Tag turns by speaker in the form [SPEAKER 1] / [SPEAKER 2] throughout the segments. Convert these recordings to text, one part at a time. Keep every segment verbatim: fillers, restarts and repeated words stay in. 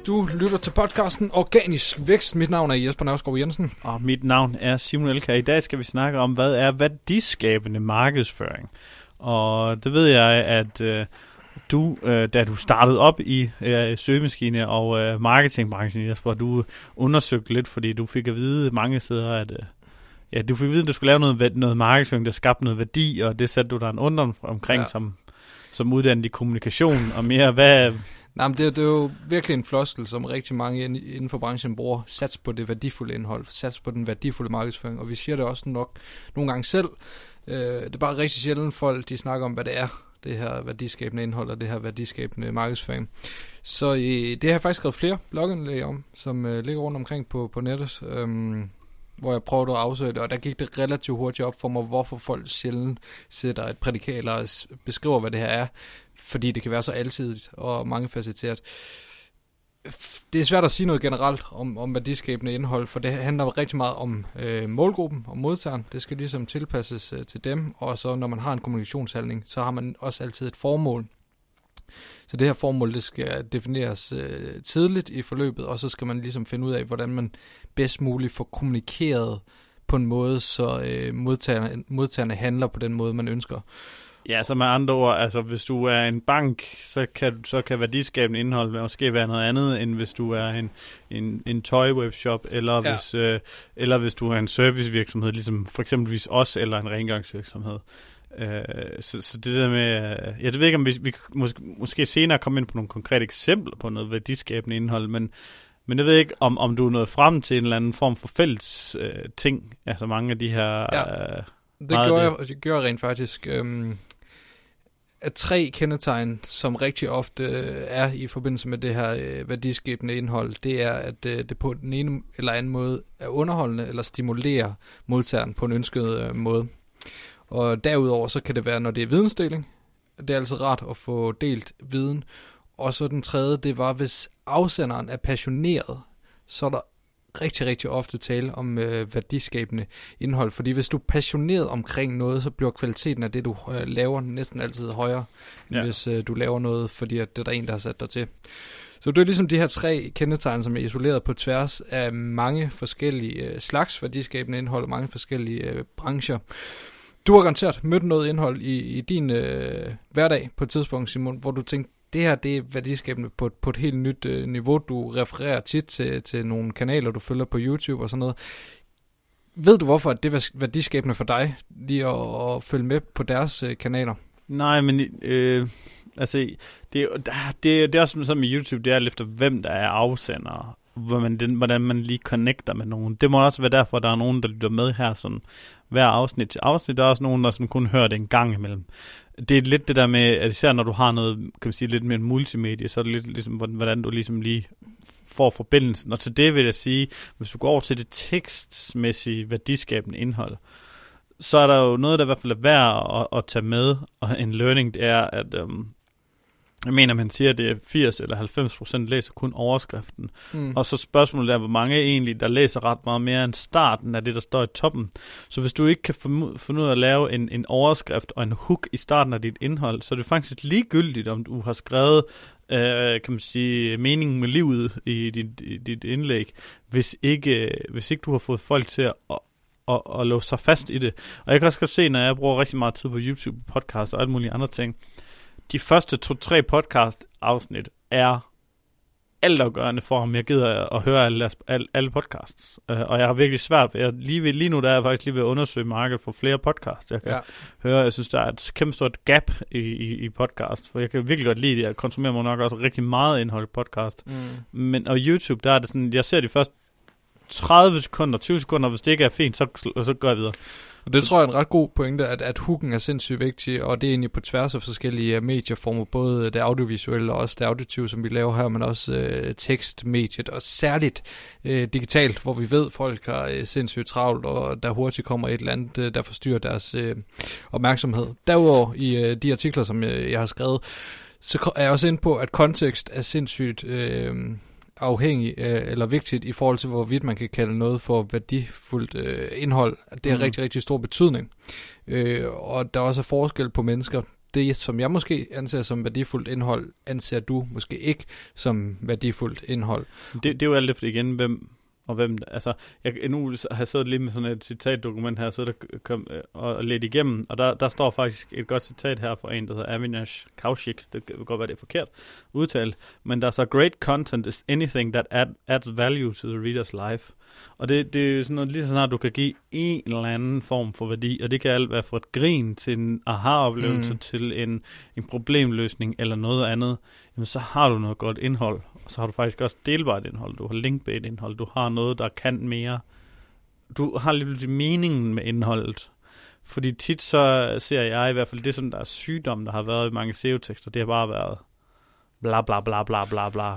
[SPEAKER 1] Du lytter til podcasten Organisk Vækst. Mit navn er Jesper Nørskov Jensen.
[SPEAKER 2] Og mit navn er Simon Elkær. I dag skal vi snakke om, hvad er værdiskabende markedsføring. Og det ved jeg, at øh, du, øh, da du startede op i øh, søgemaskine- og øh, marketingbranchen, Jesper, du undersøgte lidt, fordi du fik at vide mange steder, at øh, ja, du fik at vide, at du skulle lave noget, noget markedsføring, der skabte noget værdi, og det satte du dig en undren omkring, ja. som, som uddannet i kommunikation og mere. Hvad...
[SPEAKER 1] Nej, men det, det er jo virkelig en floskel, som rigtig mange inden for branchen bruger. Sats på det værdifulde indhold, sats på den værdifulde markedsføring, og vi siger det også nok nogle gange selv. Øh, det er bare rigtig sjældent folk, de snakker om, hvad det er, det her værdiskabende indhold og det her værdiskabende markedsføring. Så øh, det har jeg faktisk skrevet flere blogindlæg om, som øh, ligger rundt omkring på, på nettet, øh, hvor jeg prøvede at afsøge det, og der gik det relativt hurtigt op for mig, hvorfor folk sjældent sætter et prædikat eller beskriver, hvad det her er, fordi det kan være så alsidigt og mangefacetteret. Det er svært at sige noget generelt om, om værdiskabende indhold, for det handler rigtig meget om øh, målgruppen og modtageren. Det skal ligesom tilpasses øh, til dem, og så når man har en kommunikationshandling, så har man også altid et formål. Så det her formål, det skal defineres øh, tidligt i forløbet, og så skal man ligesom finde ud af, hvordan man bedst muligt får kommunikeret på en måde, så øh, modtagerne, modtagerne handler på den måde, man ønsker.
[SPEAKER 2] Ja, så med andre ord, altså hvis du er en bank, så kan, så kan værdiskabende indhold måske være noget andet, end hvis du er en, en, en tøj-webshop, eller, ja. hvis, øh, eller hvis du er en servicevirksomhed, ligesom for eksempelvis os, eller en rengøringsvirksomhed. Øh, så, så det der med, jeg ved ikke, om vi, vi måske, måske senere kommer ind på nogle konkrete eksempler på noget værdiskabende indhold, men, men jeg ved ikke, om, om du er nået frem til en eller anden form for fælles øh, ting, altså mange af de her...
[SPEAKER 1] Ja. Øh, Det gjorde, jeg, det gjorde jeg rent faktisk. Øhm, at tre kendetegn, som rigtig ofte øh, er i forbindelse med det her øh, værdiskabende indhold, det er, at øh, det på den ene eller anden måde er underholdende eller stimulerer modtageren på en ønsket øh, måde. Og derudover så kan det være, når det er vidensdeling. Det er altså rart at få delt viden. Og så den tredje, det var, hvis afsenderen er passioneret, så er der rigtig, rigtig ofte tale om øh, værdiskabende indhold, fordi hvis du er passioneret omkring noget, så bliver kvaliteten af det, du øh, laver, næsten altid højere, end ja. hvis øh, du laver noget, fordi at det er der en, der har sat dig til. Så det er ligesom de her tre kendetegn, som er isoleret på tværs af mange forskellige øh, slags værdiskabende indhold og mange forskellige øh, brancher. Du har garanteret mødt noget indhold i, i din øh, hverdag på et tidspunkt, Simon, hvor du tænkte, det her, det er værdiskabende på, på et helt nyt øh, niveau. Du refererer tit til, til nogle kanaler, du følger på YouTube og sådan noget. Ved du, hvorfor det er værdiskabende for dig, lige at, at følge med på deres øh, kanaler?
[SPEAKER 2] Nej, men øh, altså, det, det, det er også som i YouTube, det er efter, hvem der er afsendere, hvordan man, hvordan man lige connecter med nogen. Det må også være derfor, at der er nogen, der lytter med her sådan, hver afsnit til afsnit. Der er også nogen, der sådan, kun hører det en gang imellem. Det er lidt det der med, at især når du har noget, kan man sige, lidt mere multimedie, så er det lidt ligesom, hvordan du ligesom lige får forbindelsen. Og til det vil jeg sige, hvis du går over til det tekstmæssige værdiskabende indhold, så er der jo noget, der i hvert fald er værd at, at tage med, og en learning, det er, at øhm, jeg mener, man siger, at det er firs eller halvfems procent læser kun overskriften. Mm. Og så spørgsmålet er, hvor mange egentlig, der læser ret meget mere end starten af det, der står i toppen. Så hvis du ikke kan finde ud af at lave en, en overskrift og en hook i starten af dit indhold, så er det faktisk ligegyldigt, om du har skrevet øh, kan man sige, meningen med livet i dit, i dit indlæg, hvis ikke, hvis ikke du har fået folk til at og, og låse sig fast i det. Og jeg kan også godt se, når jeg bruger rigtig meget tid på YouTube, podcast og alt mulige andre ting, de første to-tre podcast-afsnit er altafgørende for, om jeg gider at høre alle, alle, alle podcasts. Uh, og jeg har virkelig svært ved, lige, ved, lige nu der er jeg faktisk lige ved at undersøge markedet for flere podcasts. Jeg kan ja. høre, jeg synes, der er et kæmpe stort gap i, i, i podcast, for jeg kan virkelig godt lide det. Jeg konsumerer mig nok også rigtig meget indhold i podcast. Mm. Men og YouTube, der er det sådan, jeg ser de første tredive sekunder, tyve sekunder, hvis det ikke er fint, så, så går jeg videre.
[SPEAKER 1] Og det tror jeg er en ret god pointe, at, at hooken er sindssygt vigtig, og det er egentlig på tværs af forskellige medieformer, både det audiovisuelle og også det auditive, som vi laver her, men også øh, tekstmediet, og særligt øh, digitalt, hvor vi ved, at folk har øh, sindssygt travlt, og der hurtigt kommer et eller andet, øh, der forstyrrer deres øh, opmærksomhed. Derudover i øh, de artikler, som jeg, jeg har skrevet, så er jeg også inde på, at kontekst er sindssygt øh, afhængig øh, eller vigtigt i forhold til, hvorvidt man kan kalde noget for værdifuldt øh, indhold. Det har mm. rigtig, rigtig stor betydning. Øh, og der er også forskel på mennesker. det, som jeg måske anser som værdifuldt indhold, anser du måske ikke som værdifuldt indhold.
[SPEAKER 2] Det, det er jo alt efter igen, hvem og hvem, altså, jeg nu har jeg siddet lige med sådan et citatdokument her, så der kom, og, og lidt igennem, og der, der står faktisk et godt citat her fra en, der hedder Avinash Kaushik, det kan godt være, det er forkert udtalt, men der er så, great content is anything that add, adds value to the reader's life. Og det, det er jo sådan noget, lige så snart du kan give en eller anden form for værdi, og det kan alt være fra et grin til en aha-oplevelse, mm. til en, en problemløsning eller noget andet, jamen så har du noget godt indhold, og så har du faktisk også delbart indhold, du har linkbait indhold, du har noget, der kan mere. Du har lige pludselig meningen med indholdet. Fordi tit så ser jeg i hvert fald, det som der er sygdom, der har været i mange S E O-tekster, det har bare været bla bla bla bla bla bla,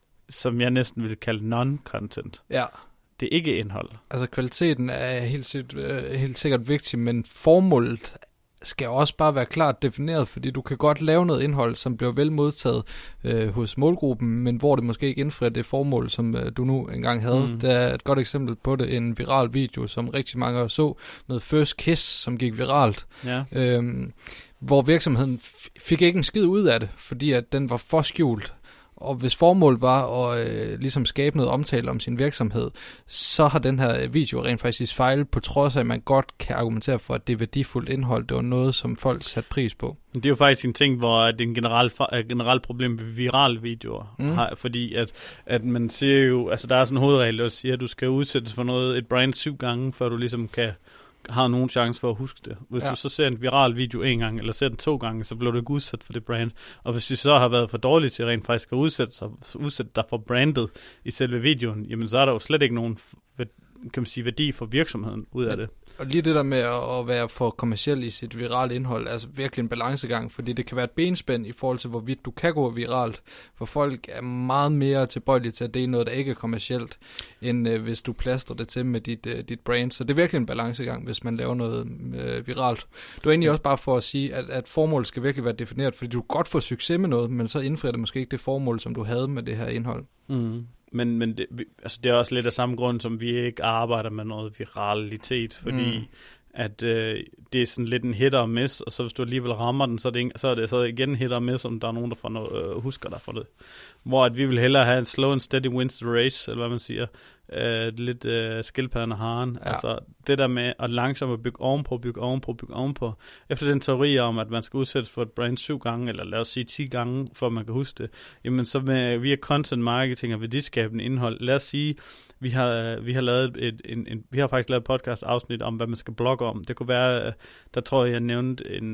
[SPEAKER 2] som jeg næsten vil kalde non-content.
[SPEAKER 1] Ja.
[SPEAKER 2] Det er ikke indhold.
[SPEAKER 1] Altså kvaliteten er helt, sikkert, øh, helt sikkert vigtig, men formålet skal også bare være klart defineret, fordi du kan godt lave noget indhold, som bliver vel modtaget øh, hos målgruppen, men hvor det måske ikke indfrier det formål, som øh, du nu engang havde. Mm. Der er et godt eksempel på det, en viral video, som rigtig mange så, med First Kiss, som gik viralt,
[SPEAKER 2] ja.
[SPEAKER 1] øhm, hvor virksomheden f- fik ikke en skid ud af det, fordi at den var for skjult. Og hvis formålet var at øh, ligesom skabe noget omtale om sin virksomhed, så har den her video rent faktisk fejlet, på trods af, at man godt kan argumentere for, at det er værdifuldt indhold. Det var noget, som folk satte pris på.
[SPEAKER 2] Det er jo faktisk en ting, hvor det er en generel, generel problem med virale videoer. Mm. Har, fordi at, at man siger jo, altså der er sådan en hovedregel, der siger, at du skal udsættes for noget, et brand syv gange, før du ligesom kan har nogen chance for at huske det. Hvis ja. du så ser en viral video en gang, eller ser den to gange, så bliver du ikke udsat for det brand. Og hvis du så har været for dårlig til rent faktisk at udsætte, sig, udsætte dig for brandet i selve videoen, jamen så er der jo slet ikke nogen, kan man sige, værdi for virksomheden ud af det.
[SPEAKER 1] Og lige det der med at være for kommerciel i sit virale indhold, er altså virkelig en balancegang, fordi det kan være et benspænd i forhold til, hvorvidt du kan gå viralt, for folk er meget mere tilbøjelige til at dele noget, der ikke er kommercielt, end øh, hvis du plaster det til med dit, øh, dit brand. Så det er virkelig en balancegang, hvis man laver noget øh, viralt. Du er egentlig også bare for at sige, at, at formålet skal virkelig være defineret, fordi du kan godt få succes med noget, men så indfrier det måske ikke det formål, som du havde med det her indhold.
[SPEAKER 2] Mm. Men, men det, vi, altså det er også lidt af samme grund, som vi ikke arbejder med noget viralitet, fordi mm. at øh, det er sådan lidt en hit og miss, og så hvis du alligevel rammer den, så er det, så er det så igen hit og miss, om der er nogen, der får noget, øh, husker dig for det. Hvor at vi vil hellere have en slow and steady wins the race, eller hvad man siger, øh, lidt øh, skildpadden og haren. Ja. Altså det der med at langsomt bygge ovenpå, bygge ovenpå, bygge ovenpå. Efter den teori om, at man skal udsættes for et brand syv gange, eller lad os sige ti gange, for at man kan huske det, jamen så med, via content marketing og værdiskabende indhold, lad os sige, vi har, vi har lavet et, en, en, vi har faktisk lavet et podcast afsnit om, hvad man skal blogge om. Det kunne være, der tror jeg, jeg nævnte en...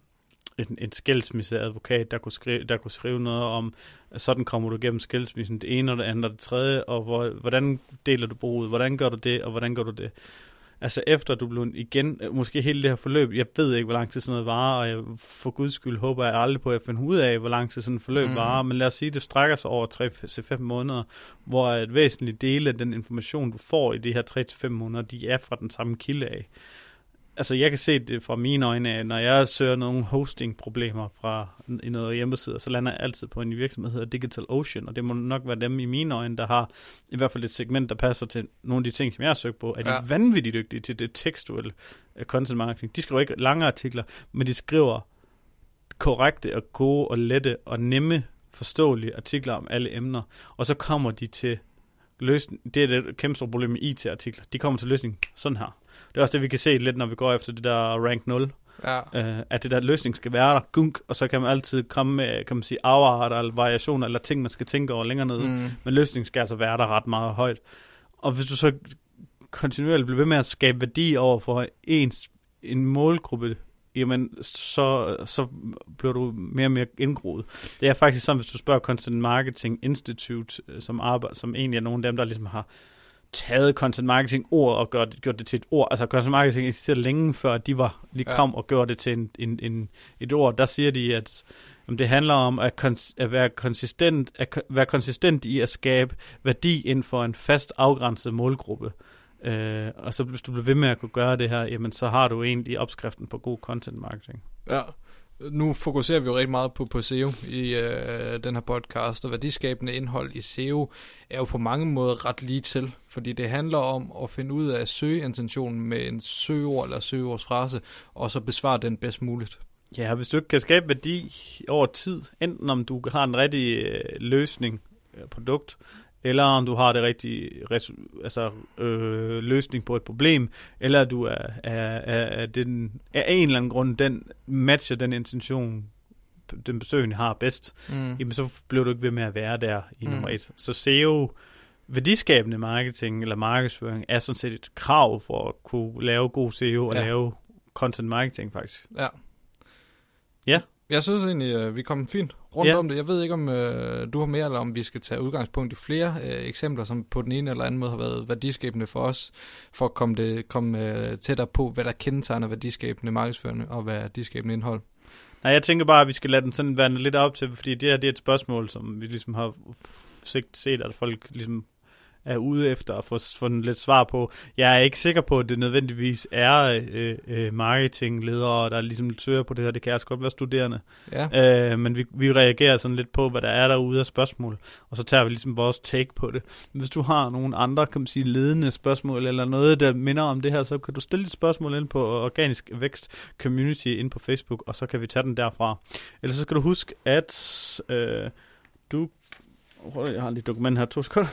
[SPEAKER 2] en, en skilsmisseadvokat, der kunne, skrive, der kunne skrive noget om, sådan kommer du gennem skilsmissen, det ene og det andet og det tredje, og hvor, hvordan deler du boet, hvordan gør du det, og hvordan gør du det. Altså efter du blev igen, måske hele det her forløb, jeg ved ikke, hvor lang tid sådan noget varer, og jeg, for guds skyld håber jeg aldrig på, at jeg finder ud af, hvor lang tid sådan et forløb mm. varer, men lad os sige, det strækker sig over tre til fem måneder, hvor et væsentligt del af den information, du får i de her tre til fem måneder, de er fra den samme kilde af. Altså, jeg kan se det fra mine øjne, når jeg søger nogle hosting-problemer fra i noget hjemmeside, så lander jeg altid på en virksomhed, der hedder DigitalOcean, og det må nok være dem i mine øjne, der har i hvert fald et segment, der passer til nogle af de ting, som jeg har søgt på. Er de ja. vanvittigt dygtige til det tekstuelle content marketing? De skriver ikke lange artikler, men de skriver korrekte og gode og lette og nemme, forståelige artikler om alle emner, og så kommer de til løsning. Det er det kæmpe store problem med I T-artikler. De kommer til løsning sådan her. Det er også det, vi kan se lidt, når vi går efter det der rank nul. Ja. Uh, at det der løsning skal være der, gunk, og så kan man altid komme med, kan man sige, afarter eller variationer, eller ting, man skal tænke over længere nede. Mm. Men løsningen skal altså være der ret meget højt. Og hvis du så kontinuerligt bliver ved med at skabe værdi over for ens, en målgruppe, jamen, så, så bliver du mere og mere indgroet. Det er faktisk sådan, hvis du spørger Content Marketing Institute, som, arbejder, som egentlig er nogle af dem, der ligesom har taget content marketing ord og gjort, gjort det til et ord. Altså content marketing eksisterede længe før de var lige kom ja. og gjorde det til en, en, en, et ord. Der siger de, at om det handler om at, kons- at være konsistent, at være konsistent i at skabe værdi inden for en fast afgrænset målgruppe. Uh, og så hvis du bliver ved med at kunne gøre det her, jamen så har du egentlig opskriften på god content marketing.
[SPEAKER 1] Ja. Nu fokuserer vi jo rigtig meget på, på S E O i øh, den her podcast, og værdiskabende indhold i S E O er jo på mange måder ret lige til, fordi det handler om at finde ud af søgeintentionen med en søgeord eller søgeordsfrase, og så besvare den bedst muligt.
[SPEAKER 2] Ja, hvis du ikke kan skabe værdi over tid, enten om du har en rigtig øh, løsning, øh, produkt, eller om du har det rigtige resu- altså, øh, løsning på et problem, eller du er, er, er, er den, af en eller anden grund den matcher den intention, den besøgende har bedst, mm. jamen så bliver du ikke ved med at være der i mm. nummer et. Så S E O, værdiskabende marketing eller markedsføring, er sådan set et krav for at kunne lave god S E O og ja. lave content marketing faktisk.
[SPEAKER 1] Ja.
[SPEAKER 2] Ja.
[SPEAKER 1] Jeg synes egentlig, at vi kom fint rundt ja. om det. Jeg ved ikke, om øh, du har mere, eller om vi skal tage udgangspunkt i flere øh, eksempler, som på den ene eller anden måde har været værdiskabende for os, for at komme, det, komme øh, tættere på, hvad der kendetegner værdiskabende markedsføring og værdiskabende indhold.
[SPEAKER 2] Nej, jeg tænker bare, at vi skal lade den sådan være lidt op til, fordi det her det er et spørgsmål, som vi ligesom har sigt set, at folk ligesom er ude efter at få, få lidt svar på. Jeg er ikke sikker på, at det nødvendigvis er øh, øh, marketingledere, der ligesom søger på det her. Det kan også godt være studerende. Ja. Øh, men vi, vi reagerer sådan lidt på, hvad der er derude af spørgsmål, og så tager vi ligesom vores take på det. Hvis du har nogle andre, kan man sige, ledende spørgsmål, eller noget, der minder om det her, så kan du stille et spørgsmål ind på Organisk Vækst Community ind på Facebook, og så kan vi tage den derfra. Ellers så skal du huske, at øh, du... Jeg har lige et dokument her, to sekunder.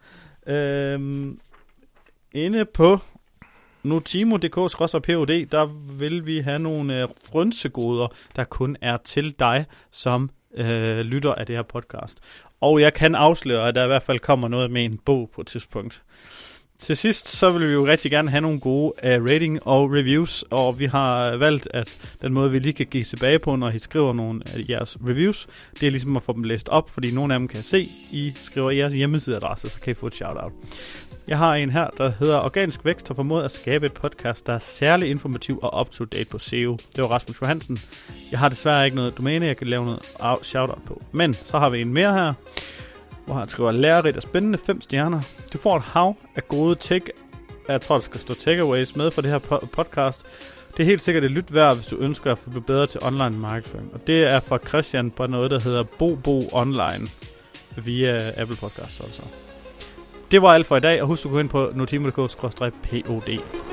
[SPEAKER 2] Øhm, inde på notimo punktum d k skråstreg p o d, der vil vi have nogle øh, frynsegoder, der kun er til dig, som øh, lytter af det her podcast. Og jeg kan afsløre, at der i hvert fald kommer noget med en bog på et tidspunkt. Til sidst, så vil vi jo rigtig gerne have nogle gode uh, rating og reviews, og vi har valgt, at den måde, vi lige kan give tilbage på, når I skriver nogle af jeres reviews, det er ligesom at få dem læst op, fordi nogle af dem kan se, I skriver jeres hjemmesideadresse, så kan I få et shout-out. Jeg har en her, der hedder Organisk Vækst, og formået at skabe et podcast, der er særlig informativ og up-to-date på S E O. Det var Rasmus Johansen. Jeg har desværre ikke noget domæne, jeg kan lave noget shout-out på. Men så har vi en mere her, hvor han skriver lærerigt og spændende fem stjerner. Du får et hav af gode tech, jeg tror, der skal stå takeaways med for det her po- podcast. Det er helt sikkert et lyt værd, hvis du ønsker at blive bedre til online marketing. Og det er fra Christian på noget, der hedder Bobo Online via Apple Podcasts. Altså. Det var alt for i dag, og husk at gå ind på notimo punktum d k skråstreg p o d.